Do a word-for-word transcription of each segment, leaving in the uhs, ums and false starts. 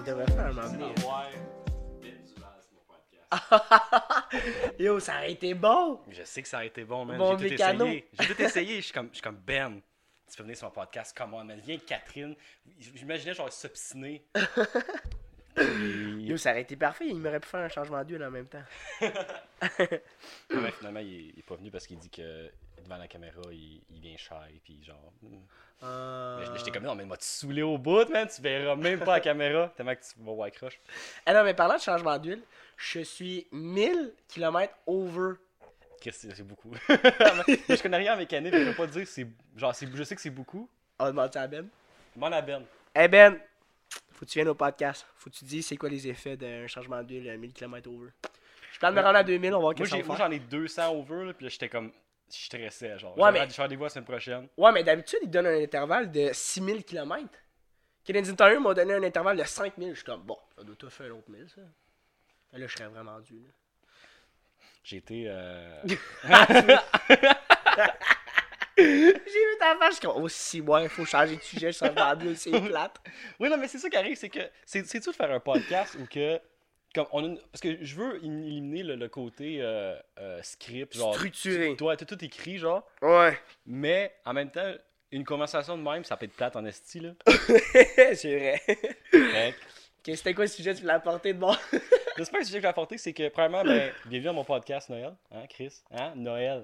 devrait faire un moment donné. Ouais. Ben Duval, c'est mon podcast. Yo, ça aurait été bon! Je sais que ça aurait été bon, man. Bon J'ai tout mécano. essayé. J'ai tout essayé. Je suis comme, je suis comme Ben. Tu peux venir sur mon podcast, comment, man. Viens, Catherine. J'imaginais genre s'obstiner. Yo, ça aurait été parfait, il m'aurait pu faire un changement d'huile en même temps. Ouais, finalement, il est, il est pas venu parce qu'il dit que devant la caméra, il, il vient shy. Puis genre. hmm. Euh... Mais j'étais comme, non, mais moi, tu saoulé au bout, man. Tu verras même pas la caméra. Tellement que tu vas voir croche. Ah non, mais parlant de changement d'huile, je suis mille kilomètres over. Qu'est-ce que c'est, c'est beaucoup. Mais je connais rien en mécanique, je peux pas te dire, c'est. Genre, c'est, je sais que c'est beaucoup. On va demander ça à Ben. Demande à Ben. Hey Ben, faut que tu viennes au podcast. Faut que tu dises c'est quoi les effets d'un changement d'huile à mille kilomètres over. Je plan de me rendre à deux mille, on va voir Moi, qu'est-ce j'ai, qu'on moi va faire. j'en ai deux cents over, là, puis là, j'étais comme. Je stressais, genre. Ouais, J'avais mais- j'ai rendez-vous la semaine prochaine. Ouais, mais d'habitude, ils donnent un intervalle de six mille kilomètres. Canadian Tire m'a donné un intervalle de cinq mille. Je suis comme, bon, ça doit tout faire un autre mille, ça. Là, je serais vraiment dû, là. J'ai été. Euh... J'ai vu ta face, je suis comme, oh, si, ouais, il faut changer de sujet, je changement d'huile, c'est plate. Oui, non, mais c'est ça qui arrive, c'est que. C'est, c'est-tu de faire un podcast ou que. Comme on a une- Parce que je veux éliminer le, le côté euh, euh, script, genre. Structuré. Tu dois tout écrit, genre. Ouais. Mais en même temps, une conversation de même, ça peut être plate en esti, là. C'est vrai. Fait que- Ok, c'était quoi le sujet que tu voulais apporter de bon? J'espère que le sujet que j'ai apporté, c'est que, premièrement, ben, bienvenue à mon podcast Noël. Hein, Chris? Hein? Noël.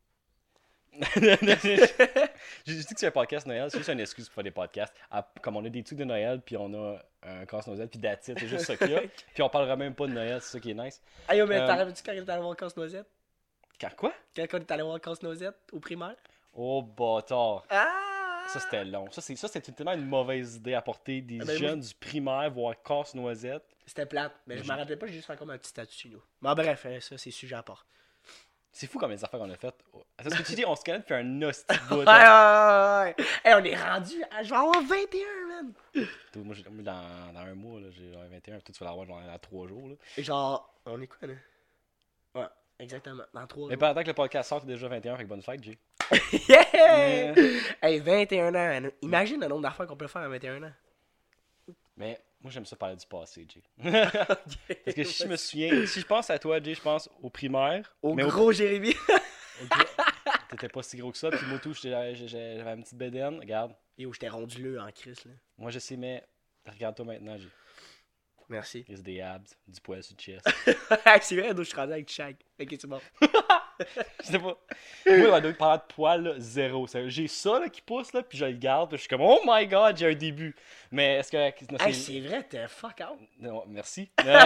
J'ai dit que c'est un podcast Noël, c'est juste une excuse pour faire des podcasts. Ah, comme on a des trucs de Noël, puis on a un casse Noël, puis that's it, c'est juste ça qu'il y a. Puis on parlera même pas de Noël, c'est ça qui est nice. Ah yo, mais Euh, t'en rappelles-tu quand on est allé voir Casse-Noisette? Quand quoi? Quand on est allé voir Casse-Noisette au primaire? Oh, bâtard. Ah! Ça, c'était long. Ça, c'est, ça, c'était tellement une mauvaise idée, apporter des Ah, ben, jeunes du primaire voir casse-noisette. C'était plate, mais je J'ai- m'en rappelais pas, j'ai juste fait comme un petit statut chez nous. Mais bref, hein, ça, c'est sujet à part. C'est fou comme les affaires qu'on a faites. C'est ce que tu dis, on se connaît depuis un hostie de bout. Ouais, hein. ouais, ouais, ouais. Hey, on est rendu à... Je vais avoir vingt et un, man! Toi, Moi, j'ai- moi, dans, dans un mois, là, j'ai genre vingt et un. Toi, tu vas l'avoir genre dans trois jours. Là. Et genre, on est quoi, là? Ouais, exactement, dans trois Mais jours. pendant que le podcast sort, t'es déjà vingt et un, fait que bonne fête, Jay. Yeah! Hey, vingt et un ans, imagine le nombre d'affaires qu'on peut faire à vingt et un ans. Mais moi, j'aime ça parler du passé, Jay. Parce que si je me souviens, si je pense à toi, Jay, je pense au primaire. Au mais gros Jérémy. au- au- T'étais pas si gros que ça, puis moi, tout, j'étais- j'avais j'avais une petite bédaine. Regarde, Et où j'étais rendu là en crise, là. moi, je sais, mais regarde-toi maintenant, Jay. Merci. Il y a des abs, du poil sur le chest. C'est vrai, d'où je suis rendu avec Shaq. Ok, c'est bon. Je sais pas. Moi, ouais, parlant de poils, là, zéro. Ça- J'ai ça là, qui pousse, là, puis je le garde, puis je suis comme, oh my god, j'ai un début. Mais est-ce que. non, Hey, c'est- c'est vrai, t'es fuck out. Non, merci.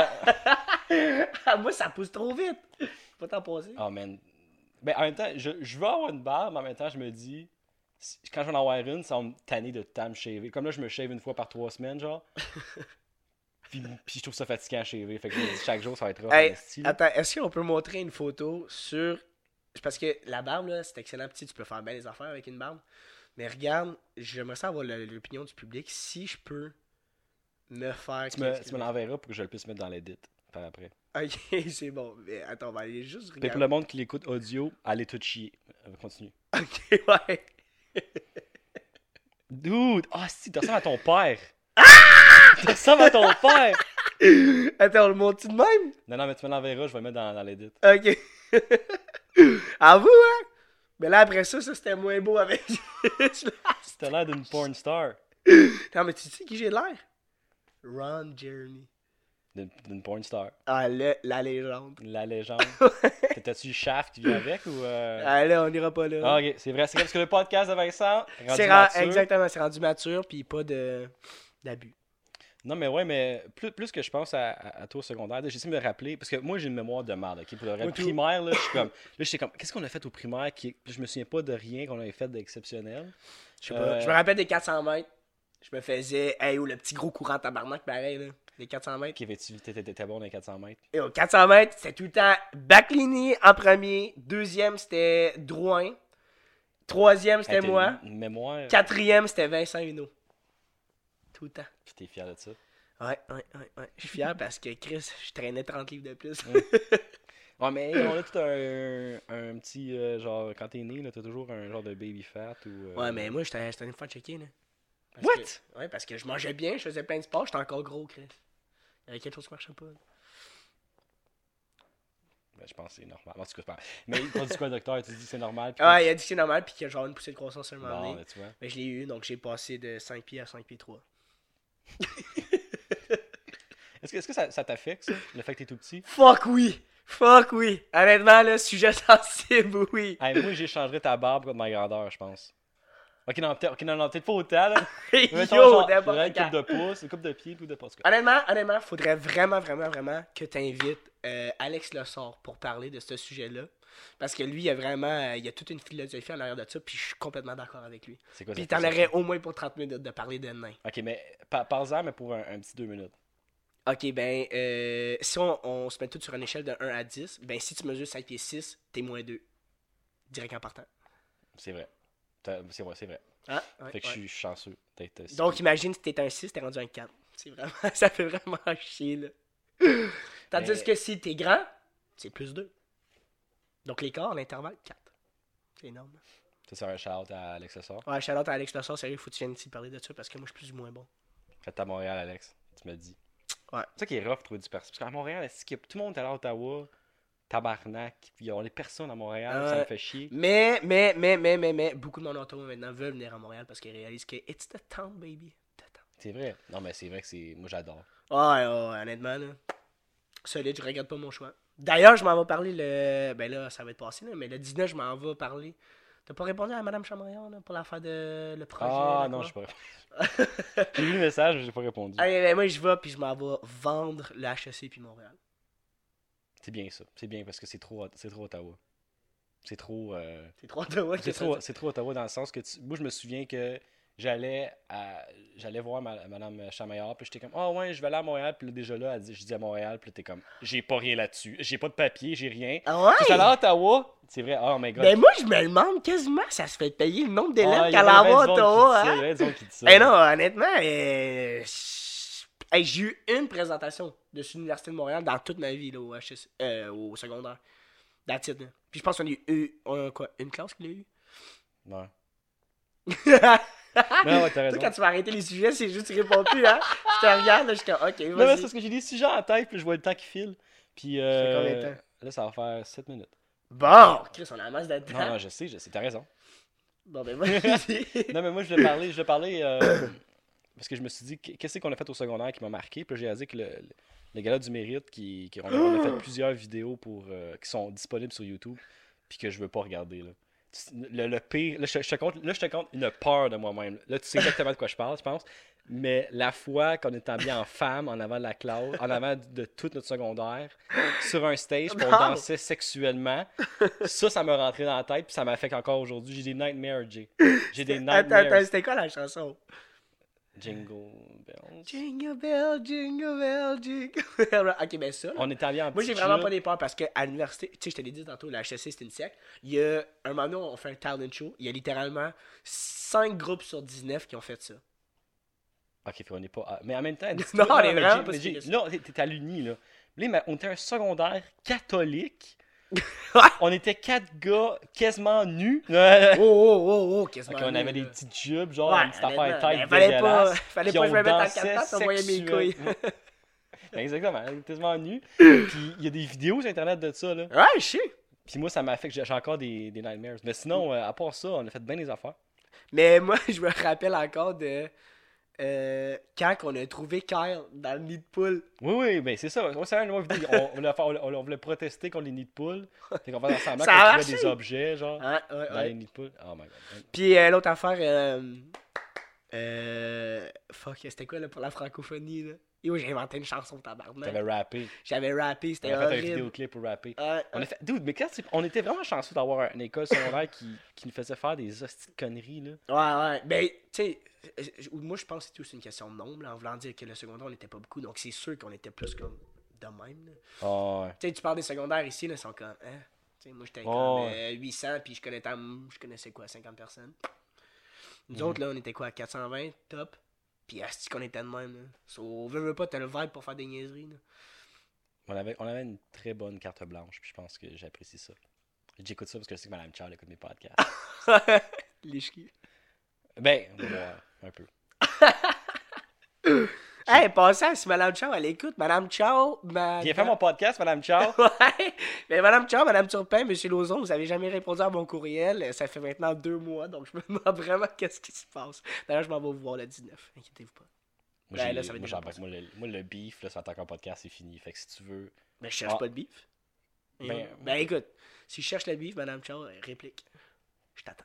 Euh, Moi, ça pousse trop vite. Faut pas t'en passer. Oh man. Ben, en même temps, je, je veux avoir une barbe, mais en même temps, je me dis, si- quand je vais en avoir une, ça va me tanner de temps me shaver. Comme là, je me shave une fois par trois semaines, genre. puis, puis je trouve ça fatigant à shaver. Fait que je me dis, chaque jour, ça va être rough. Hey, en esti, là. attends, est-ce qu'on peut montrer une photo sur. C'est parce que la barbe, là, c'est excellent. Petit, tu peux faire bien les affaires avec une barbe. Mais regarde, j'aimerais savoir le- l'opinion du public si je peux me faire. Tu me, tu me l'enverras pour que je le puisse mettre dans l'édit par après. Ok, c'est bon. Mais attends, on va aller juste Puis regarder. pour le monde qui l'écoute audio, allez tout chier. Euh, Continue. Ok, ouais. Dude! Ah, si, tu ressembles à ton père! Tu ressembles à ton père! Attends, on le monte de même? Non, non, mais tu me l'enverras, je vais le mettre dans, dans l'édit. Ok. À vous, hein? Mais là, après ça, ça c'était moins beau avec. T'as l'air d'une porn star. Non, mais tu sais qui j'ai l'air? Ron Jeremy. D'une d'une porn star. Ah, le, la légende. La légende. T'as-tu Shaft qui vient avec ou. Euh... Ah, là, on ira pas là. Ah, ok, c'est vrai. C'est parce que le podcast de Vincent. rendu c'est ra- mature. exactement, c'est rendu mature, puis pas de d'abus. Non, mais ouais, mais plus, plus que je pense à, à, à toi au secondaire, là, j'essaie de me rappeler. Parce que moi, j'ai une mémoire de merde. Ok, pour le Moi, tout. primaire, là, je suis comme. Là, j'étais comme. Qu'est-ce qu'on a fait au primaire qui... Je me souviens pas de rien qu'on avait fait d'exceptionnel. Je sais pas. Euh, Je me rappelle des quatre cents mètres. Je me faisais, hey, oh, le petit gros courant tabarnak, pareil, là. Les quatre cents mètres. Ok, mais tu t'étais t'étais bon dans les quatre cents mètres. Et aux quatre cents mètres, c'était tout le temps Baclini en premier. Deuxième, c'était Drouin. Troisième, c'était Hey, t'as moi. Une, une mémoire. Quatrième, c'était Vincent Huneau. Tout le temps. Puis t'es fier de ça. Ouais, ouais, ouais, ouais. Je suis fier parce que Chris, je traînais trente livres de plus. Ouais, mais on a tout un, un petit. euh, genre, quand t'es né, là, t'as toujours un genre de baby fat ou. euh, Ouais, mais moi, j'étais j'étais une fois checker, là. Parce What? que- ouais, parce que je mangeais bien, je faisais plein de sport, j'étais encore gros, Chris. Il y avait quelque chose qui marchait pas. Ben, je pense que c'est normal. En tout cas, c'est pas... Mais il t'a dit quoi, docteur? Tu dis que c'est normal? Puis Ah, que- il a dit que c'est normal, puis qu'il y a genre une poussée de croissance sur un moment Bon, donné. ben, tu vois. Mais je l'ai eu, donc j'ai passé de cinq pieds à cinq pieds trois. Est-ce que, est-ce que ça, ça t'affecte, ça? Le fait que t'es tout petit? Fuck oui! Fuck oui! Honnêtement, là, sujet sensible, oui! Hey, moi, j'échangerais ta barbe contre ma grandeur, je pense. Ok, non, peut-être, ok, non, non, peut-être pas autant, là. Mais mettons, Yo, genre, n'importe faudrait une quand. coupe de pouce, une coupe de pied, une coupe de pouce. Honnêtement, honnêtement, faudrait vraiment, vraiment, vraiment que tu invites euh, Alex Lessard pour parler de ce sujet-là. Parce que lui, il a vraiment, euh, il y a toute une philosophie en arrière de ça, puis je suis complètement d'accord avec lui. C'est quoi Puis cette t'en philosophie? aurais au moins pour trente minutes de parler de nains. Ok, mais par- parle-en, mais pour un, un petit deux minutes. Ok, ben, euh, si on, on se met tout sur une échelle de un à dix, ben si tu mesures cinq pieds six, t'es moins deux. Direct en partant. C'est vrai. T'as- C'est vrai, c'est vrai. Ah, ouais, Fait que ouais. je suis chanceux d'être euh, six Donc pieds. imagine si t'es un six, t'es rendu un quatre. C'est vraiment, ça fait vraiment chier, là. Tandis Mais- que si t'es grand, c'est plus deux. Donc l'écart, l'intervalle, quatre. C'est énorme. Ça, c'est un shout à Alex Lessard. Ouais, shout-out à Alex Lessard, sérieux, faut que tu viennes ici parler de ça parce que moi je suis plus ou moins bon. Faites à Montréal, Alex. Tu me dis. Ouais. C'est ça qui est rough, trouver du personnel. Parce qu'à Montréal, est-ce qu'il y a- tout le monde est allé à Ottawa, tabarnak, puis on est personne à Montréal, ça me Ouais. fait chier. Mais, mais, mais, mais, mais, mais, beaucoup de monde Ottawa maintenant veulent venir à Montréal parce qu'ils réalisent que it's the town, baby. The town. C'est vrai. Non, mais c'est vrai que c'est. Moi, j'adore. Ouais, ouais, ouais, honnêtement, là. Solide, je regrette pas mon choix. D'ailleurs, je m'en vais parler le. Ben là, ça va être passé, là, mais le dix-neuf, je m'en vais parler. T'as pas répondu à Madame Chamoyan là, pour l'affaire de le projet? Ah là, non, quoi? je sais pas. J'ai vu le message, mais j'ai pas répondu. Allez, ben, moi, je vais, puis je m'en vais vendre le H E C puis Montréal. C'est bien ça. C'est bien parce que c'est trop, c'est trop Ottawa. C'est trop. euh, C'est trop Ottawa C'est que trop, ça. c'est trop Ottawa dans le sens que tu- moi je me souviens que j'allais à j'allais voir ma, madame Chamaillard puis j'étais comme oh ouais je vais aller à Montréal puis là, déjà là elle dit, je dis à Montréal puis là t'es comme j'ai pas rien là-dessus j'ai pas de papier j'ai rien Ah puis ça ouais? à Ottawa c'est vrai oh my god Ben moi, je me demande quasiment ça se fait payer le nombre d'élèves Ah, il y qu'elle avait a à bien du monde qui Ottawa. dit ça, il y Hein? avait du monde qui dit ça. Eh non, honnêtement, euh, hey, j'ai eu une présentation de l'Université de Montréal dans toute ma vie là, au, H S, euh, au secondaire. That's it, là. Puis je pense qu'on a eu on a quoi, une classe qu'il a eu. Ouais. Toi, Non, ouais, t'as raison. quand tu vas arrêter les sujets, c'est juste que tu réponds plus, hein. Je te regarde, là, je te ok, Non, mais c'est vas-y. parce que j'ai des sujets en tête puis je vois le temps qui file puis Ça fait combien de euh, temps? là ça va faire sept minutes. Bon, Chris, on a la masse de temps. Non non je sais je sais t'as raison. Bon, ben vas-y. Non, mais moi, je voulais parler, je voulais parler euh, parce que je me suis dit, qu'est-ce qu'on a fait au secondaire qui m'a marqué? Puis là, j'ai réalisé que le, le, le gala du mérite, qui, qui on, a, on a fait plusieurs vidéos pour, euh, qui sont disponibles sur YouTube, puis que je veux pas regarder. Là. Le, le pire, là je, je te compte, là, je te compte une peur de moi-même. Là, tu sais exactement de quoi je parle, je pense. Mais la fois qu'on est habillé en femme, en avant de la classe, en avant de tout notre secondaire, sur un stage, puis on Non. dansait sexuellement, ça, ça m'a rentré dans la tête, puis ça m'affecte encore aujourd'hui. J'ai des nightmares, Jay. J'ai des Attends, nightmares. attends, c'était quoi la chanson? Jingle bells. Jingle bell, jingle bell, jingle bell. Ok, ben ça. là. On est allé en Moi, j'ai petit vraiment jupe. pas des peurs parce qu'à l'université, tu sais, je te l'ai dit tantôt, la H E C, c'est une secte. Il y a un moment donné, on fait un talent show. Il y a littéralement cinq groupes sur dix-neuf qui ont fait ça. Ok, fait on est pas. ah, Mais en même temps, dis- Non, on est mais vraiment Jay- pas mais si Jay, pire que ça. là, t'es t'es à l'uni, là. Là, mais on était un secondaire catholique. Ouais. On était quatre gars quasiment nus. Oh, oh, oh, oh, quasiment. Ok, on avait nul, des là. petites jupes, genre Ouais, une petite affaire honnêtement, tête ben, fallait pas, dégueulasse. fallait Puis pas que je on me mette en dansait quatre pattes, on voyait mes couilles. sexuellement. Ben, exactement, on était quasiment nus. Puis il y a des vidéos sur internet de ça, là. Ouais, je sais. Puis moi, ça m'a fait que j'ai j'ai encore des, des nightmares. Mais sinon, euh, à part ça, on a fait bien des affaires. Mais moi, je me rappelle encore de euh, quand on a trouvé Kyle dans le nid de poule. Oui, oui, ben c'est ça. On, savait, une vidéo, on, on, voulait faire- on- on voulait protester contre les nids de poules. Fait qu'on faisait semblant Ça qu'on a trouvait marché. des objets, genre, Ouais, ouais, dans ouais. les nids de poules. Oh my god. Puis euh, l'autre affaire, euh, euh, fuck, c'était quoi là pour la francophonie là? Yo, j'ai inventé une chanson tabarnak. T'avais rappé. J'avais rappé, On c'était a fait un horrible. vidéoclip pour rapper. Ouais, On a ouais. fait... Dude, mais quand c'est- on était vraiment chanceux d'avoir une école secondaire qui, qui nous faisait faire des hosties de conneries, là. Ouais, ouais. Ben, tu sais, euh, moi je pense que c'est aussi une question de nombre, là, en voulant dire que le secondaire on était pas beaucoup, donc c'est sûr qu'on était plus comme de même. Là. Oh, ouais. Tu sais, tu parles des secondaires ici, là, ils sont comme, hein? Tu sais, moi j'étais Oh, comme euh, huit cents, puis je connaissais, je connaissais quoi, cinquante personnes. Nous Mhm. autres, là, on était quoi, quatre cent vingt, top. Puis asti qu'on était de même, là. So, veux, veux pas, t'as le vibe pour faire des niaiseries, là. On avait, on avait une très bonne carte blanche, puis je pense que j'apprécie ça. J'écoute ça parce que je sais que Madame Charles écoute mes podcasts. Les ch'quis. Ben, ouais, un peu. Hey, passez, si Madame Chao, elle écoute. Madame Chao, ma... Viens faire mon podcast, Madame Ciao. Ouais, mais Madame Chao, Madame Turpin, Monsieur Lauzon, vous avez jamais répondu à mon courriel. Ça fait maintenant deux mois, donc je me demande vraiment qu'est-ce qui se passe. D'ailleurs, je m'en vais vous voir le dix-neuf, inquiétez-vous pas. Moi, Ben, j'ai- là, ça va être moi, déjà j'embarque. Moi, le, moi, le beef, là, ça tant qu'un podcast, c'est fini. Fait que si tu veux. Mais je cherche Ah. pas de bif. Ben- Ben, écoute, si je cherche le bif, Madame Chao, réplique. Je t'attends.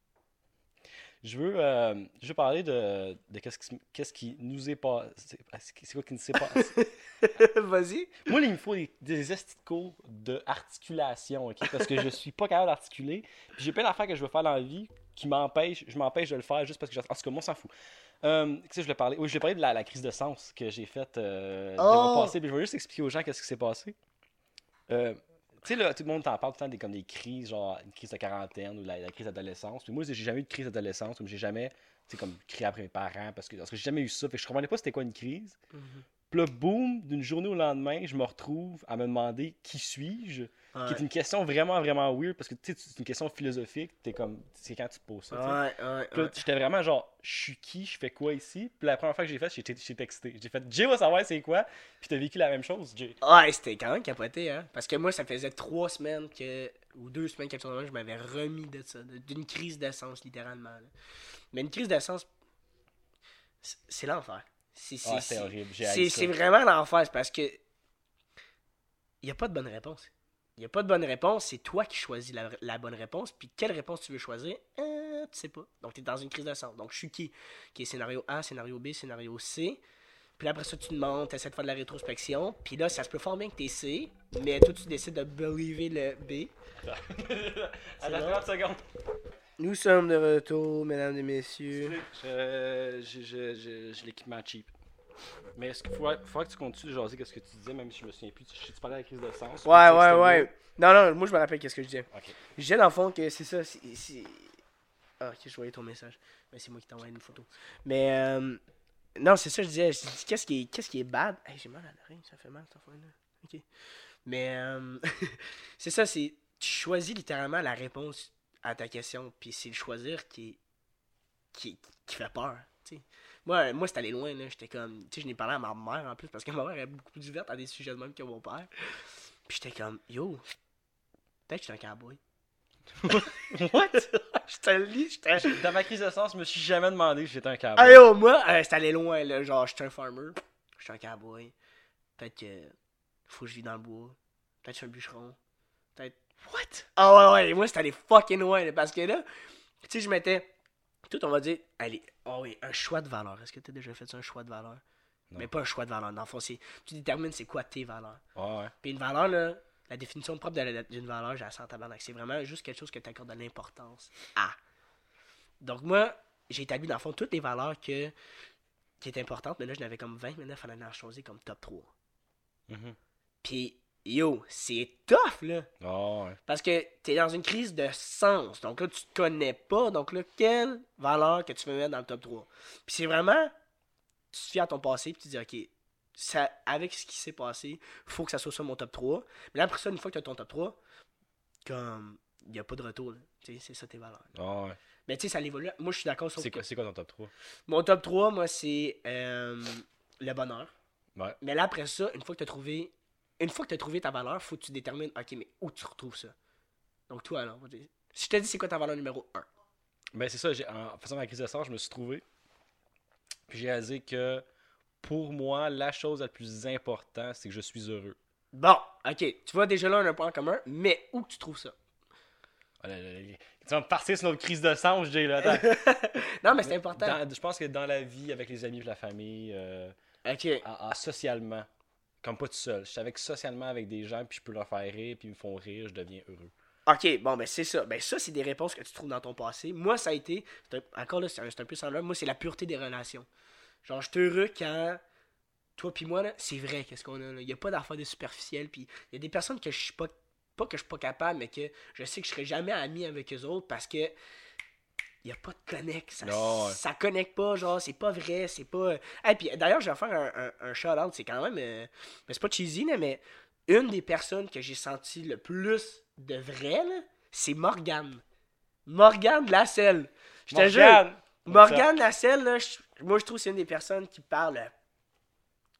Je veux, euh, je veux parler de, de qu'est-ce qui, qu'est-ce qui nous est passé. C'est quoi qui nous s'est passé? Vas-y. Moi, là, il me faut des, des estis de cours d'articulation, ok? Parce que je suis pas capable d'articuler. Puis j'ai plein d'affaires que je veux faire dans la vie qui m'empêchent, je m'empêche de le faire juste parce que, je... en tout cas, moi, on s'en fout. Euh, qu'est-ce que je voulais parler? Oui, je voulais parler de la, la crise de sens que j'ai faite euh, Oh! le mois passé. Puis je vais juste expliquer aux gens qu'est-ce qui s'est passé. Euh, tu sais, là, tout le monde t'en parle tout le temps des, comme des crises, genre une crise de quarantaine ou la, la crise d'adolescence. Puis moi, j'ai jamais eu de crise d'adolescence, comme j'ai jamais, tu sais, comme crié après mes parents, parce que, parce que j'ai jamais eu ça. Fait que je comprenais pas c'était quoi une crise. Puis là, boum, d'une journée au lendemain, je me retrouve à me demander qui suis-je, Ouais. qui est une question vraiment, vraiment weird, parce que tu sais, c'est une question philosophique, t'es comme, c'est quand tu te poses ça, tu sais. Ouais, ouais, Puis là, ouais. j'étais vraiment genre, je suis qui, je fais quoi ici? Puis la première fois que j'ai fait, j'étais j'ai texté. J'ai fait, Jay va savoir c'est quoi, puis t'as vécu la même chose, Jay. Ouais, c'était quand même capoté, hein. Parce que moi, ça faisait trois semaines que. Ou deux semaines, quelque chose de même, je m'avais remis de ça. de- D'une crise d'essence, littéralement. là. Mais une crise d'essence, c'est c'est l'enfer. C'est c'est- Ah, c'était c'est- horrible, j'ai c'est haï ça. c'est vraiment l'enfer. C'est parce que. Il n'y a pas de bonne réponse. Il n'y a pas de bonne réponse. C'est toi qui choisis la, la bonne réponse. Puis quelle réponse tu veux choisir, euh, tu sais pas. Donc, tu es dans une crise d'essence. Donc, je suis qui Qui est scénario A, scénario B, scénario C. Puis là, après ça, tu demandes, tu essaies de faire de la rétrospection. Puis là, ça se peut fort bien que t'es C, mais toi, tu décides de believer le B. Attends, bon? trente secondes. Nous sommes de retour, mesdames et messieurs. Je- J'ai j'ai- j'ai- j'ai l'équipement cheap. Mais est-ce qu'il faudrait, faudrait que tu continues de jaser qu'est-ce que tu disais, même si je me souviens plus. Tu, tu parlais de la crise de sens. Ouais, ouais, ouais. Non, non, moi, je me rappelle qu'est-ce que je disais. Ok. Je disais, dans le fond, que c'est ça. c'est- c'est- Ah, ok, je voyais ton message. Mais c'est moi qui t'ai envoyé une photo. Mais, euh... non, c'est ça, je disais. Je dis, qu'est-ce qui est, qu'est-ce qui est bad? Hey, j'ai mal à l'oreille, ça fait mal, cette affaire-là. Ok. Mais, euh... c'est ça, c'est. Tu choisis littéralement la réponse à ta question. Puis c'est le choisir qui est. qui, qui fait peur, tu sais. Moi, moi c'était allé loin, là. J'étais comme. Tu sais, je n'ai parlé à ma mère en plus, parce que ma mère est beaucoup plus ouverte à des sujets de même que mon père. Puis j'étais comme, yo, peut-être que je suis un cowboy. What? J'étais lit, j'étais. Dans ma crise de sens, je me suis jamais demandé si j'étais un cowboy. Ah yo, moi, euh, c'était allé loin, là. Genre, j'étais un farmer, j'étais un cowboy. Peut-être que. Faut que je vis dans le bois. Peut-être que je suis un bûcheron. Peut-être. What? Ah ouais, ouais, moi, c'était allé fucking loin, là, parce que là, tu sais, je mettais. Tout, on va dire, allez, oh oui, un choix de valeur. Est-ce que tu as déjà fait ça, un choix de valeur? Non. Mais pas un choix de valeur. Dans le fond, c'est, tu détermines c'est quoi tes valeurs. Ouais, ouais. Puis une valeur, là, la définition propre de la- d'une valeur, j'ai la sens en tabarnak. C'est vraiment juste quelque chose que tu accordes de l'importance à. Donc moi, j'ai établi dans le fond toutes les valeurs que, qui étaient importantes, mais là, j'en avais comme vingt, mais là, il fallait en choisir comme top trois. Mhm. Puis, yo, c'est tough, là. Ah, ouais. Parce que t'es dans une crise de sens. Donc là, tu te connais pas. Donc là, quelle valeur que tu veux mettre dans le top trois? Puis c'est vraiment, tu te fies à ton passé, puis tu dis, OK, ça, avec ce qui s'est passé, faut que ça soit ça mon top trois. Mais là, après ça, une fois que tu as ton top trois, comme, il n'y a pas de retour. Là. Tu sais, c'est ça tes valeurs. Ah, ouais. Mais tu sais, ça l'évolue. Moi, je suis d'accord sur C'est quoi, c'est quoi ton top trois? mon top trois, moi, c'est euh, le bonheur. Ouais. Mais là, après ça, une fois que tu as trouvé une fois que tu as trouvé ta valeur, faut que tu détermines, OK, mais où tu retrouves ça? Donc, toi, alors, vas-y. Si je te dis c'est quoi ta valeur numéro un? Ben, c'est ça, j'ai- en faisant ma crise de sens, je me suis trouvé. Puis j'ai réalisé que pour moi, la chose la plus importante, c'est que je suis heureux. Bon, OK, tu vois déjà là un point en commun, mais où tu trouves ça? Ah, là, là, là, tu vas me partir sur notre crise de sens, Jay, là. Attends. Non, mais c'est important. Dans- je pense que dans la vie, avec les amis et la famille, euh, OK. à- à- socialement, comme pas tout seul. Je suis avec socialement avec des gens, puis je peux leur faire rire, puis ils me font rire, je deviens heureux. OK, bon, ben c'est ça. Ben ça, c'est des réponses que tu trouves dans ton passé. Moi, ça a été, c'est un- encore là, c'est un, c'est un peu semblable. Moi, c'est la pureté des relations. Genre, je suis heureux quand toi puis moi, là, c'est vrai qu'est-ce qu'on a là. Il n'y a pas d'affaires de superficielles. Puis il y a des personnes que je suis pas, pas que je suis pas capable, mais que je sais que je serai jamais ami avec eux autres parce que il n'y a pas de connect. Ça, Non, ouais. ça connecte pas, genre, c'est pas vrai, c'est pas. Et puis d'ailleurs, je vais faire un, un, un shout-out, c'est quand même. euh, ben, c'est pas cheesy, là, mais une des personnes que j'ai senti le plus de vrai, là, c'est Morgane. Morgane Lasselle. Je te jure. Morgane! Morgane Lasselle, là, je- moi je trouve que c'est une des personnes qui parle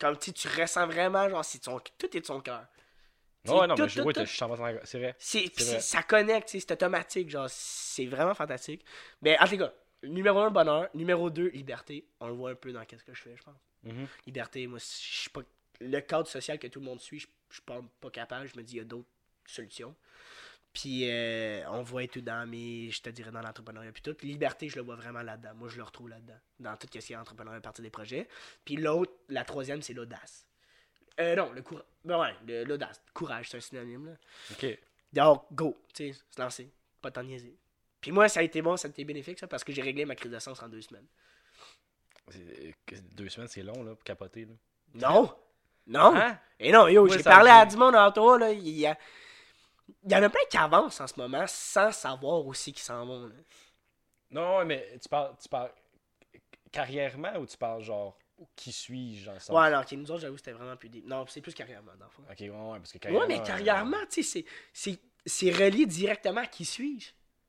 Comme, tu sais, tu ressens vraiment, genre, c'est de son, tout est de son cœur. Tu sais, Ouais, non, tout, mais je, tout, ouais, tout. je suis cent pour cent d'accord. C'est vrai. C'est, C'est pis vrai. c'est- ça connecte, tu sais, c'est automatique, genre, c'est vraiment fantastique. Mais en tout cas, numéro un, bonheur. Numéro deux, liberté. On le voit un peu dans qu'est-ce que je fais, je pense. Mhm. Liberté, moi, je suis pas. Le cadre social que tout le monde suit, je je suis pas, pas capable. Je me dis, il y a d'autres solutions. Puis, euh, on voit tout dans mes. Je te dirais dans l'entrepreneuriat. Puis tout. Liberté, je le vois vraiment là-dedans. Moi, je le retrouve là-dedans. Dans tout ce qui est entrepreneuriat à partir des projets. Puis l'autre, la troisième, c'est l'audace. Euh, non, le courage. Ben ouais, le- l'audace. Courage, c'est un synonyme, là. Ok. Donc, go, tu sais, se lancer. Pas t'en niaiser. Puis moi, ça a été bon, ça a été bénéfique, ça, parce que j'ai réglé ma crise d'essence en deux semaines. C'est- que- Deux semaines, c'est long, là, pour capoter, là. Non! Non! Hein? Et non, yo, Ouais, j'ai ça parlé me à dit- du monde en toi, là. Il y, a... il y en a plein qui avancent en ce moment sans savoir aussi qu'ils s'en vont, là. Non, ouais, mais tu parles, tu parles carrièrement ou tu parles genre qui suis-je dans le sens? Ouais, alors, ok, nous autres, j'avoue, c'était vraiment plus deep. Non, c'est plus carrièrement, dans le fond. Ok, ouais, ouais, parce que Ouais, carrièrement. mais carrièrement, tu sais, c'est- c'est c'est relié directement à qui suis-je.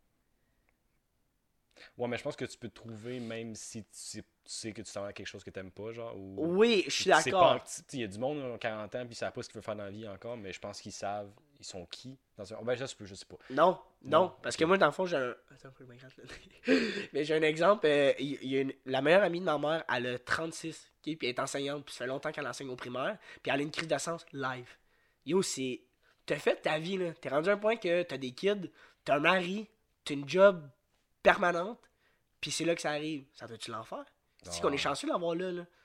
Ouais, mais je pense que tu peux te trouver même si tu sais, tu sais que tu t'en vas à quelque chose que t'aimes pas, genre. Ou... Oui, je suis C'est d'accord. pas- tu sais, il y a du monde qui a quarante ans puis ils savent pas ce qu'ils veulent faire dans la vie encore, mais je pense qu'ils savent, ils sont qui dans un... Ben, ça se peut, je sais pas. Non, non, Non, parce ok. que moi, dans le fond, j'ai un. Attends, faut que je me gratte le nez. Mais j'ai un exemple. euh, il il y a une- La meilleure amie de ma mère, elle a trente-six, ok, puis elle est enseignante, puis ça fait longtemps qu'elle enseigne au primaire, puis elle a une crise d'essence live. Yo, c'est. T'as fait ta vie, là. T'es rendu à un point que t'as des kids, t'as un mari, t'as une job permanente, puis c'est là que ça arrive. Ça doit-tu l'enfer? C'est Ah. qu'on est chanceux d'avoir là, là.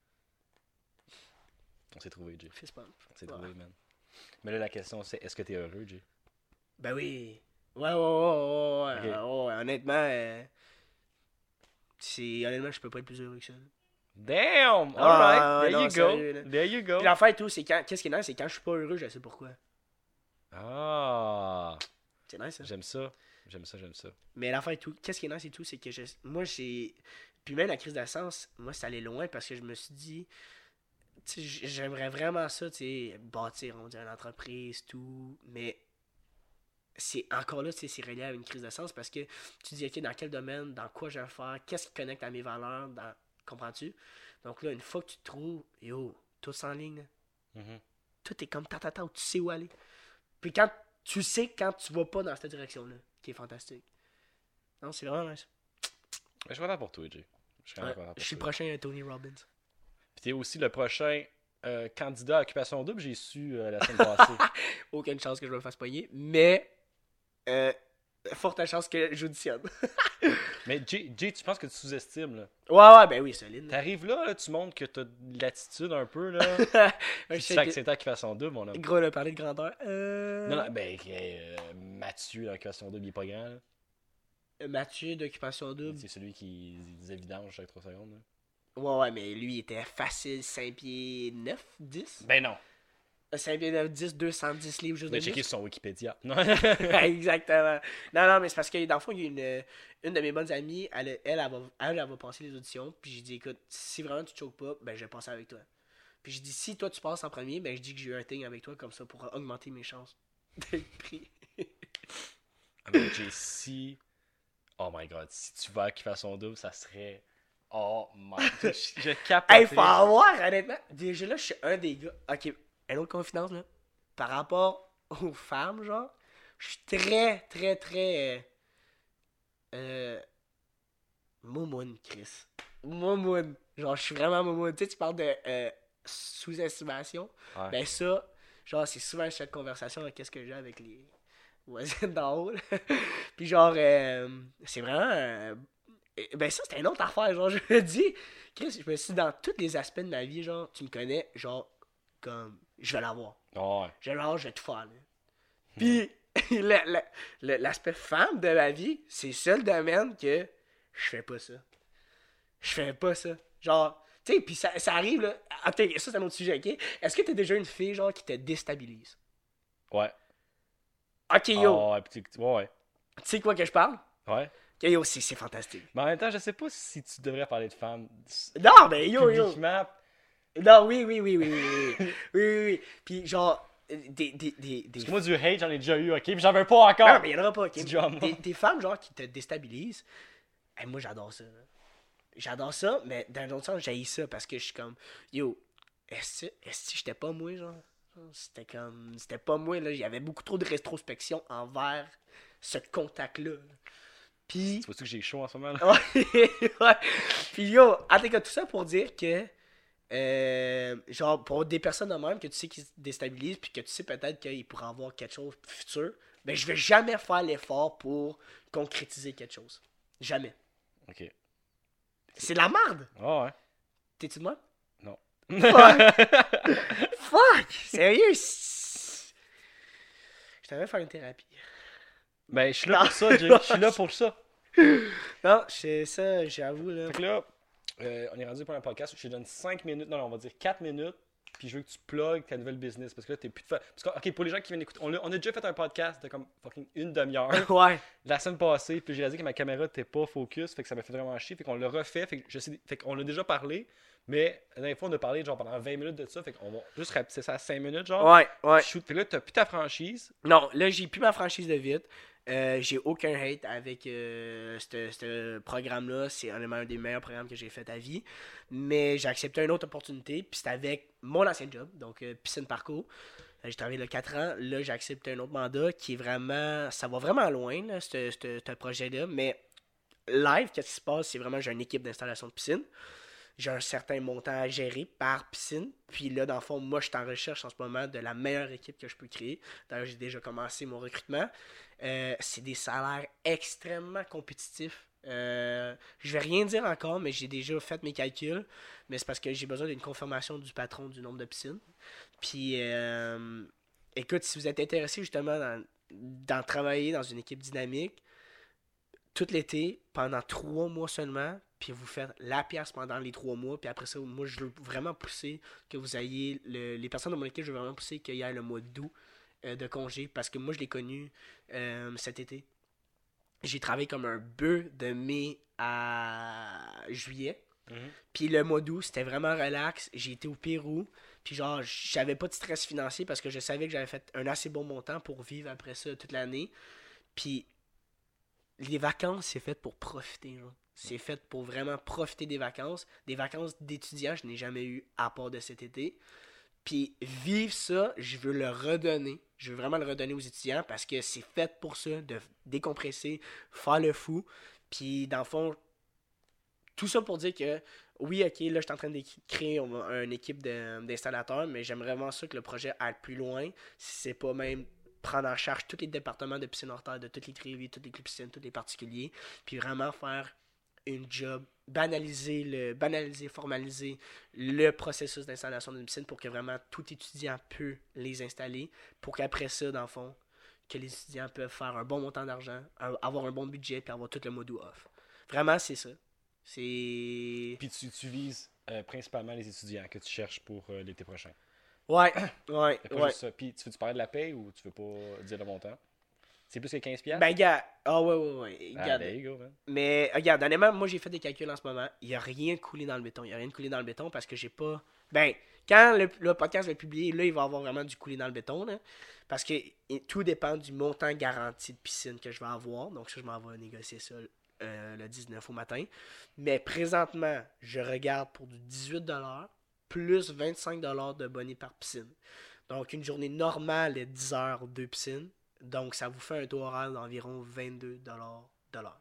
On s'est trouvé, Jay. Fist bump. On s'est Ouais. trouvé, man. Mais là, la question, c'est est-ce que t'es heureux, Jay? Ben oui. Ouais, ouais, ouais, ouais, ouais, Ok. ouais, ouais, honnêtement, euh, c'est, honnêtement, je peux pas être plus heureux que ça. Damn! Ah, Alright, there non, you sérieux, là. go. There you go. Puis l'affaire et tout, c'est quand, qu'est-ce qui est nice, c'est quand je suis pas heureux, je sais pourquoi. Ah! C'est nice, ça. J'aime ça. J'aime ça, j'aime ça. Mais l'affaire et tout, qu'est-ce qui est nice et tout, c'est que je, moi, j'ai, puis même la crise d'essence, moi, ça allait loin parce que je me suis dit, tu sais, j- j'aimerais vraiment ça, tu sais, bâtir, on dirait, une entreprise, tout, mais c'est encore là, tu sais, c'est relié à une crise d'essence parce que tu dis, ok, dans quel domaine, dans quoi je vais faire, qu'est-ce qui connecte à mes valeurs, dans, comprends-tu? Donc là, une fois que tu te trouves, yo, tout en ligne, là, Mhm. tout est comme ta ta ta, tu sais où aller. Puis quand tu sais quand tu vas pas dans cette direction-là, qui est fantastique. Non, c'est vraiment nice. Mais je suis content pour toi, Jay. Je suis vraiment Ouais, content pour je suis le toi. prochain euh, Tony Robbins. Puis t'es aussi le prochain euh, candidat à Occupation Double, j'ai su euh, la semaine passée. Aucune chance que je me fasse pogner, mais euh, forte chance que j'auditionne. Mais Jay, Jay, tu penses que tu sous-estimes, là. Ouais, ouais, ben oui, solide. T'arrives là, là, tu montres que t'as de l'attitude un peu, là. Ouais, Puis je tu sais fais que- accepter Occupation Double, mon homme. Gros, on a parlé de grandeur. Euh... Non, non, ben, euh, Mathieu, dans Occupation Double, il est pas grand, là. Mathieu d'Occupation Double. C'est celui qui disait vidange chaque trois secondes, là. Ouais, ouais, mais lui, il était facile cinq pieds neuf, dix. Ben non. cinq pieds neuf, dix, deux cent dix livres juste Tu de vas checker muscle. sur son Wikipédia. Non. Exactement. Non, non, mais c'est parce que dans le fond, il y a une, une de mes bonnes amies, elle, elle, elle, va, elle, elle va passer les auditions. Puis j'ai dit, écoute, si vraiment tu te choques pas, ben je vais passer avec toi. Puis j'ai dit, si toi tu passes en premier, ben je dis que j'ai eu un thing avec toi comme ça pour augmenter mes chances d'être pris. Ah, mais Jay, si. Oh my god, si tu vas à Occupation Double, ça serait. Oh my god. Je, je capote. Hey, faut avoir, honnêtement. Déjà là, je suis un des gars. Ok, une autre confidence, là. Par rapport aux femmes, genre, je suis très, très, très. Euh. euh Moumoune, Chris. Moumoune. Genre, je suis vraiment moumoune. Tu sais, tu parles de euh, sous-estimation. Ouais. Ben, ça, genre, c'est souvent cette conversation avec qu'est-ce que j'ai avec les voisines d'en haut, là. Puis, genre, euh, c'est vraiment. euh, Ben, ça, c'était une autre affaire. Genre, je me dis, Chris, je me suis dit, dans tous les aspects de ma vie, genre, tu me connais, genre, comme, je vais l'avoir. Ouais. Je vais l'avoir, je vais tout faire, là. Puis, le- le- le- l'aspect femme de ma vie, c'est le seul domaine que je fais pas ça. Je fais pas ça. Genre, tu sais, puis ça, ça arrive, là. Attends, ça, c'est un autre sujet, ok? Est-ce que t'es déjà une fille, genre, qui te déstabilise? Ouais. Ok, yo. Oh, ouais, puis tu- ouais, ouais. Tu sais quoi que je parle? Ouais. Ok, yo, c'est c'est fantastique. Mais en même temps, je sais pas si tu devrais parler de femmes. Non, ben, yo, yo. Publiquement. Non, oui, oui, oui, oui, oui, oui, oui, oui, oui. Puis genre, des, des, des, des... Parce que moi, du hate, j'en ai déjà eu, ok? Puis j'en veux pas encore. Non, mais il y en aura pas, ok? Petit drama. Des, des femmes, genre, qui te déstabilisent. Hey, moi, j'adore ça, là. J'adore ça, mais dans l'autre sens, j'haïs ça parce que je suis comme, yo, est-ce est-ce que j'étais pas moi, genre? C'était comme. C'était pas moi, là. Il y avait beaucoup trop de rétrospection envers ce contact-là. Puis. Tu vois-tu que j'ai chaud en ce moment, là? Ouais, ouais. Puis yo, en tout cas, tout ça pour dire que. Euh, genre, pour des personnes de même que tu sais qui se déstabilisent, puis que tu sais peut-être qu'ils pourraient avoir quelque chose futur, ben je vais jamais faire l'effort pour concrétiser quelque chose. Jamais. Ok. C'est de la merde! Ah ouais. T'es-tu de moi? Non. Fuck! Fuck! Sérieux? c'est- Je t'avais faire une thérapie. Ben, je suis là Non. pour ça, Jay. Je suis là pour ça. Non, c'est ça, j'avoue, là. Fait que là, euh, on est rendu pour un podcast. Je te donne cinq minutes. Non, non, on va dire quatre minutes. Puis je veux que tu plugues ta nouvelle business. Parce que là, t'es plus de fa... Parce que, ok, pour les gens qui viennent écouter, on a, on a déjà fait un podcast de comme fucking une demi-heure Ouais. la semaine passée. Puis j'ai réalisé que ma caméra n'était pas focus. Fait que ça m'a fait vraiment chier. Fait qu'on l'a refait. Fait que je sais, fait qu'on a déjà parlé. Mais la dernière fois, on a parlé genre pendant vingt minutes de ça. Fait qu'on va juste rapetisser ça à cinq minutes, genre. Ouais, ouais. Shoot. Fait que là, t'as plus ta franchise. Non, là, j'ai plus ma franchise de vite. Euh, j'ai aucun hate avec euh, ce ce programme-là. C'est honnêtement un des meilleurs programmes que j'ai fait à vie. Mais j'ai accepté une autre opportunité. Puis c'était avec mon ancien job, donc euh, Piscine Parcours. Euh, j'ai travaillé là quatre ans. Là, j'ai accepté un autre mandat qui est vraiment. Ça va vraiment loin, là, ce ce- ce projet-là. Mais live, qu'est-ce qui se passe? C'est vraiment, j'ai une équipe d'installation de piscine. J'ai un certain montant à gérer par piscine. Puis là, dans le fond, moi, je suis en recherche en ce moment de la meilleure équipe que je peux créer. D'ailleurs, j'ai déjà commencé mon recrutement. Euh, c'est des salaires extrêmement compétitifs. Euh, je vais rien dire encore, mais j'ai déjà fait mes calculs. Mais c'est parce que j'ai besoin d'une confirmation du patron du nombre de piscines. Puis, euh, écoute, si vous êtes intéressé justement dans, dans travailler dans une équipe dynamique, tout l'été, pendant trois mois seulement, puis vous faites la pièce pendant les trois mois, puis après ça, moi, je veux vraiment pousser que vous ayez, le- les personnes de mon équipe, je veux vraiment pousser qu'il y ait le mois d'août euh, de congé, parce que moi, je l'ai connu euh, cet été. J'ai travaillé comme un bœuf de mai à juillet, Mhm. puis le mois d'août, c'était vraiment relax. J'ai été au Pérou, puis genre, j'avais pas de stress financier parce que je savais que j'avais fait un assez bon montant pour vivre après ça toute l'année. Puis les vacances, c'est fait pour profiter, genre. C'est fait pour vraiment profiter des vacances. Des vacances d'étudiant, je n'ai jamais eu à part de cet été. Puis vivre ça, je veux le redonner. Je veux vraiment le redonner aux étudiants parce que c'est fait pour ça, de décompresser, faire le fou. Puis dans le fond, tout ça pour dire que oui, ok, là je suis en train de créer une équipe de- d'installateurs, mais j'aimerais vraiment ça que le projet aille plus loin. Si c'est pas même prendre en charge tous les départements de piscine hors terre, de toutes les trivies, toutes les clubs piscines, tous les particuliers, puis vraiment faire une job, banaliser, le, banaliser, formaliser le processus d'installation d'une piscine pour que vraiment tout étudiant peut les installer, pour qu'après ça, dans le fond, que les étudiants peuvent faire un bon montant d'argent, avoir un bon budget, puis avoir tout le mois off. Vraiment, c'est ça. C'est. Puis tu, tu vises euh, principalement les étudiants que tu cherches pour euh, l'été prochain. Ouais, ouais, Fait pas ouais. juste ça. Puis tu veux-tu parler de la paye ou tu veux pas dire le montant? C'est plus que quinze piastres? Ben, gars, ah ouais, ouais, ouais. Ah, Regarde. there you go, man. Mais, regarde, honnêtement, moi, j'ai fait des calculs en ce moment. Il n'y a rien de coulé dans le béton. Il n'y a rien de coulé dans le béton parce que j'ai pas. Ben, quand le, le podcast va être publié, là, il va y avoir vraiment du coulé dans le béton, là. Parce que et, tout dépend du montant garanti de piscine que je vais avoir. Donc, ça, je m'en vais négocier ça euh, le dix-neuf au matin. Mais présentement, je regarde pour du dix-huit dollars plus vingt-cinq dollars de bonnet par piscine. Donc, une journée normale est dix heures, deux piscines. Donc, ça vous fait un taux horaire d'environ vingt-deux dollars de l'heure.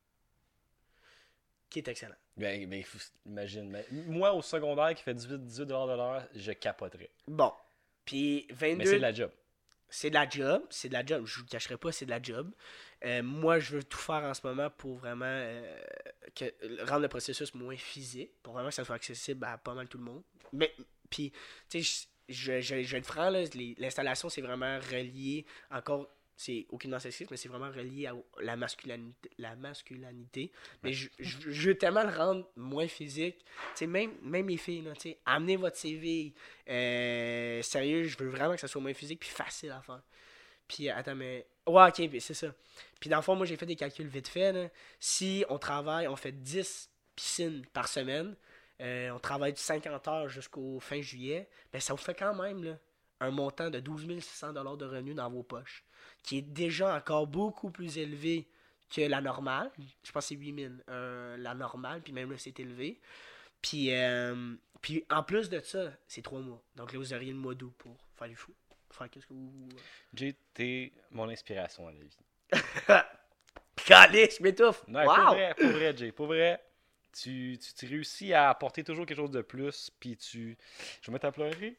Qui est excellent. Ben, ben faut- imagine. Ben, moi, au secondaire, qui fait dix-huit dollars de l'heure, je capoterais. Bon. Puis Mais c'est vingt-deux, de la job. c'est de la job. C'est de la job. Je vous le cacherai pas, c'est de la job. Euh, moi, je veux tout faire en ce moment pour vraiment euh, que, rendre le processus moins physique. Pour vraiment que ça soit accessible à pas mal tout le monde. Mais, puis, tu sais, je, je, je, je vais être franc, là, les- l'installation, c'est vraiment relié encore. C'est aucunement sexiste, mais c'est vraiment relié à la masculinité. La masculinité. Mais je, je, je veux tellement le rendre moins physique. Tu sais, même, même les filles, là, tu sais, amenez votre C V. Euh, sérieux, je veux vraiment que ça soit moins physique puis facile à faire. Puis, attends, mais. Ouais, ok, puis c'est ça. Puis, dans le fond, moi, j'ai fait des calculs vite fait. Là. Si on travaille, on fait dix piscines par semaine, euh, on travaille de cinquante heures jusqu'au fin juillet, ben ça vous fait quand même là, un montant de douze mille six cents dollars de revenus dans vos poches, qui est déjà encore beaucoup plus élevé que la normale. Je pense que c'est huit mille, euh, la normale, puis même là, c'est élevé. Puis, euh, puis en plus de ça, c'est trois mois. Donc là, vous auriez le mois d'août pour faire du fou. Faire qu'est-ce que vous... Jay, t'es mon inspiration à la vie. Calisse, je m'étouffe! Non, Wow! pour vrai, pour vrai, Jay, pour vrai, tu, tu, tu réussis à apporter toujours quelque chose de plus, puis tu... Je vais mettre à pleurer.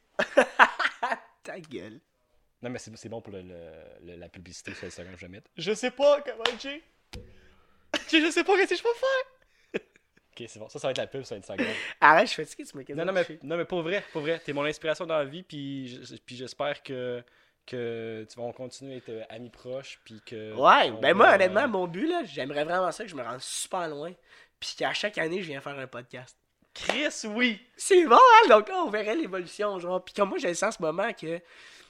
Ta gueule. Non, mais c'est, c'est bon pour le, le, le- la publicité sur Instagram, je vais mettre. Je sais pas comment, Jay. Jay, je sais pas qu'est-ce que je peux faire. Ok, c'est bon. Ça, ça va être la pub sur Instagram. Arrête, je suis fatigué, tu me Non, non, mais, non, mais pour vrai, pour vrai, t'es mon inspiration dans la vie, puis, je- puis j'espère que, que tu vas continuer à être euh, amis proches, puis que... Ouais, on ben va, moi, euh, honnêtement, mon but, là, j'aimerais vraiment ça que je me rende super loin. Puis qu'à chaque année, je viens faire un podcast. Chris, oui! C'est bon, hein? Donc là, on verrait l'évolution, genre. Puis comme moi, j'ai le sens en ce moment que.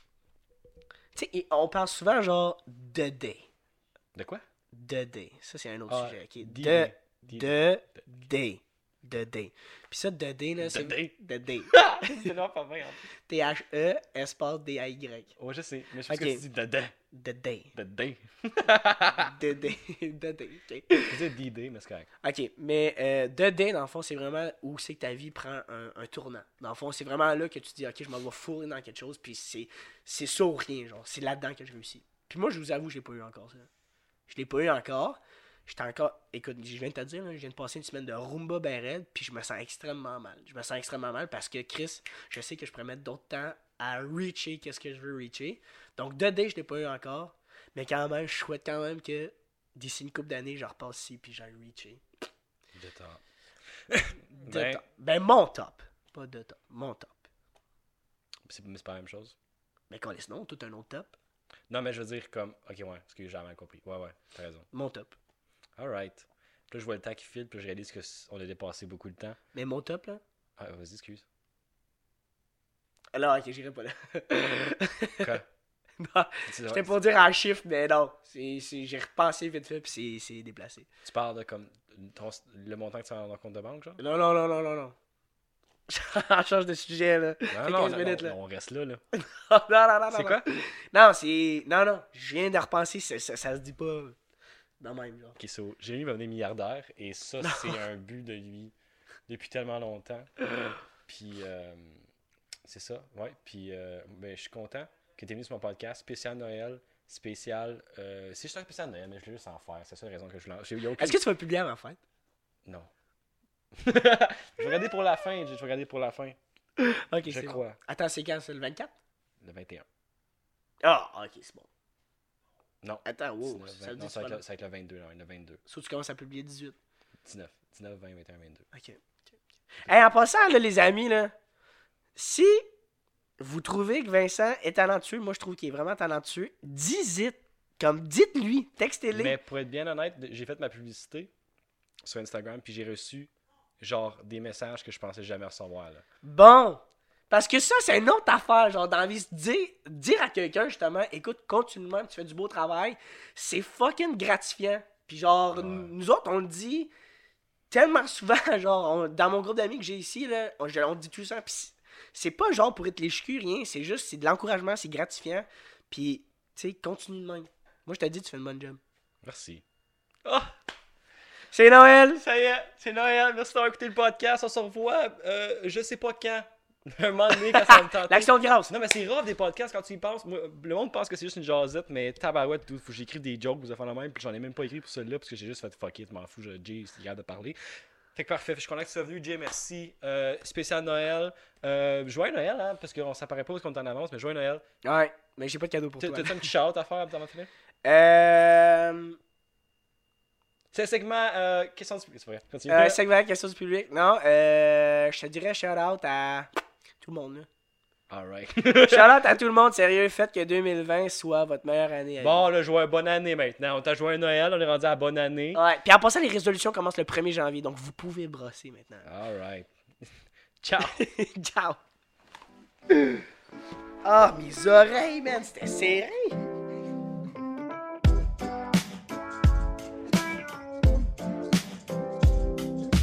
Tu sais, et on parle souvent, genre, de day. De quoi? De day. Ça, c'est un autre Ah, sujet, ok? De. D-Day. De. Day. De day. Puis ça, de day, là, c'est. day. De day. C'est non, pas vrai. T H E, espace D A Y. Ouais, je sais, mais je pense Ok. que tu dis dedans. De day. Dedans. De day. De day, ok. Je disais D-Day, mais c'est correct. Ok, mais euh, de day, dans le fond, c'est vraiment où c'est que ta vie prend un, un tournant. Dans le fond, c'est vraiment là que tu te dis, ok, je m'en vais fourrer dans quelque chose, puis c'est, c'est ça ou rien, genre. C'est là-dedans que je réussis. Puis moi, je vous avoue, je l'ai pas eu encore, ça. Je l'ai pas eu encore. J'étais encore. Écoute, je viens de te dire, là, je viens de passer une semaine de rumba ben raide, puis je me sens extrêmement mal. Je me sens extrêmement mal parce que, Chris, je sais que je pourrais mettre d'autres temps à reacher qu'est-ce que je veux reacher. Donc, de day, je l'ai pas eu encore. Mais quand même, je souhaite quand même que d'ici une couple d'années, je repasse ici, puis j'aille reacher. De temps. De Ben- top. Ben, mon top. Pas de top. Mon top. C'est, mais c'est pas la même chose. Mais quand laisse non, tout un autre top. Non, mais je veux dire comme. Ok, ouais, parce que j'ai jamais compris. Ouais, ouais, t'as raison. Mon top. Alright. Puis là, je vois le temps qui file, puis là, je réalise qu'on a dépassé beaucoup de temps. Mais mon top, là. Ah, vas-y, excuse. Alors, ok, j'irai pas là. Quoi? Non, Tu, j'étais pour dire en chiffre, mais non. C'est, c'est, j'ai repensé vite fait, puis c'est, c'est déplacé. tu parles de comme. ton- le montant que tu as dans ton compte de banque, genre? Non, non, non, non, non, non. On change de sujet, là. Non, Fait non, quinze non, minutes, non, là. on reste là, là. non, non, non, C'est non. quoi? Non, c'est. Non, non. Je viens de repenser, ça, ça, ça se dit pas dans le même, genre. Ok, so, Jérémy va devenir milliardaire, et ça, c'est un but de lui depuis tellement longtemps. Puis, euh, c'est ça, ouais. Puis, euh, ben, je suis content que tu es venu sur mon podcast spécial Noël, spécial. Euh, c'est juste un spécial Noël, mais je voulais juste en faire. C'est ça la raison que je lance. J'ai- y a aucune- Est-ce que tu vas publier avant la fête? Non. je vais regarder pour la fin, je vais regarder pour la fin. Ok, Je c'est bon. crois. Attends, c'est quand, c'est le vingt-quatre? Le vingt et un. Ah, ok, c'est bon. Non. Attends, wow. dix-neuf, Ça vingt, veut non, dire ça va que être le- c'est ça va être le vingt-deux, non, le vingt-deux. Sauf que tu commences à publier dix-huit. dix-neuf. dix-neuf, vingt, vingt et un, vingt-deux. Ok. Hey, en passant, là, les amis, là, si vous trouvez que Vincent est talentueux, moi je trouve qu'il est vraiment talentueux, dites comme dites-lui, textez-les. Mais pour être bien honnête, j'ai fait ma publicité sur Instagram, puis j'ai reçu genre des messages que je pensais jamais recevoir, là. Bon, parce que ça, c'est une autre affaire, genre, dans la vie, dire, dire à quelqu'un, justement, écoute, continue de même, tu fais du beau travail, c'est fucking gratifiant. Puis genre, Ouais. nous autres, on le dit tellement souvent, genre, on- dans mon groupe d'amis que j'ai ici, là, on, je- on dit tout ça, puis c'est- c'est pas genre pour être les checus, rien, c'est juste, c'est de l'encouragement, c'est gratifiant, puis, tu sais, continue de même. Moi, je te dis, tu fais une bonne job. Merci. Oh, C'est Noël! ça y est, c'est Noël. Merci d'avoir écouté le podcast. On se revoit, euh, je sais pas quand. Un moment donné, quand ça me tente. L'action de grâce! Non, mais c'est rough des podcasts quand tu y penses. Moi, le monde pense que c'est juste une jasette, mais tabarouette, tout. Faut que j'écrive des jokes, vous affaires la même, puis j'en ai même pas écrit pour celui-là, parce que j'ai juste fait fuck it, m'en fous, je- Jay, c'est capable de parler. Fait que parfait, je suis content que tu sois venu, Jay, merci. Euh, spécial Noël. Euh, joyeux Noël, hein, parce qu'on s'apparaît pas parce qu'on est en avance, mais joyeux Noël. Ouais, mais j'ai pas de cadeau pour T'as- toi. T'as-tu un petit shout à faire avant de finir? Euh... C'est le segment euh, question du public, c'est vrai. Continue. Euh, segment question du public. Non, euh, je te dirais shout-out à tout le monde. Là. Alright. Shout-out à tout le monde, sérieux. Faites que deux mille vingt soit votre meilleure année à Bon, là, joyeux bonne année maintenant. On t'a joué un Noël, on est rendu à la bonne année. vie. Ouais, puis en passant, les résolutions commencent le premier janvier, donc vous pouvez brosser maintenant. Alright. Ciao. Ciao! Ah, mes oreilles, man, c'était serré!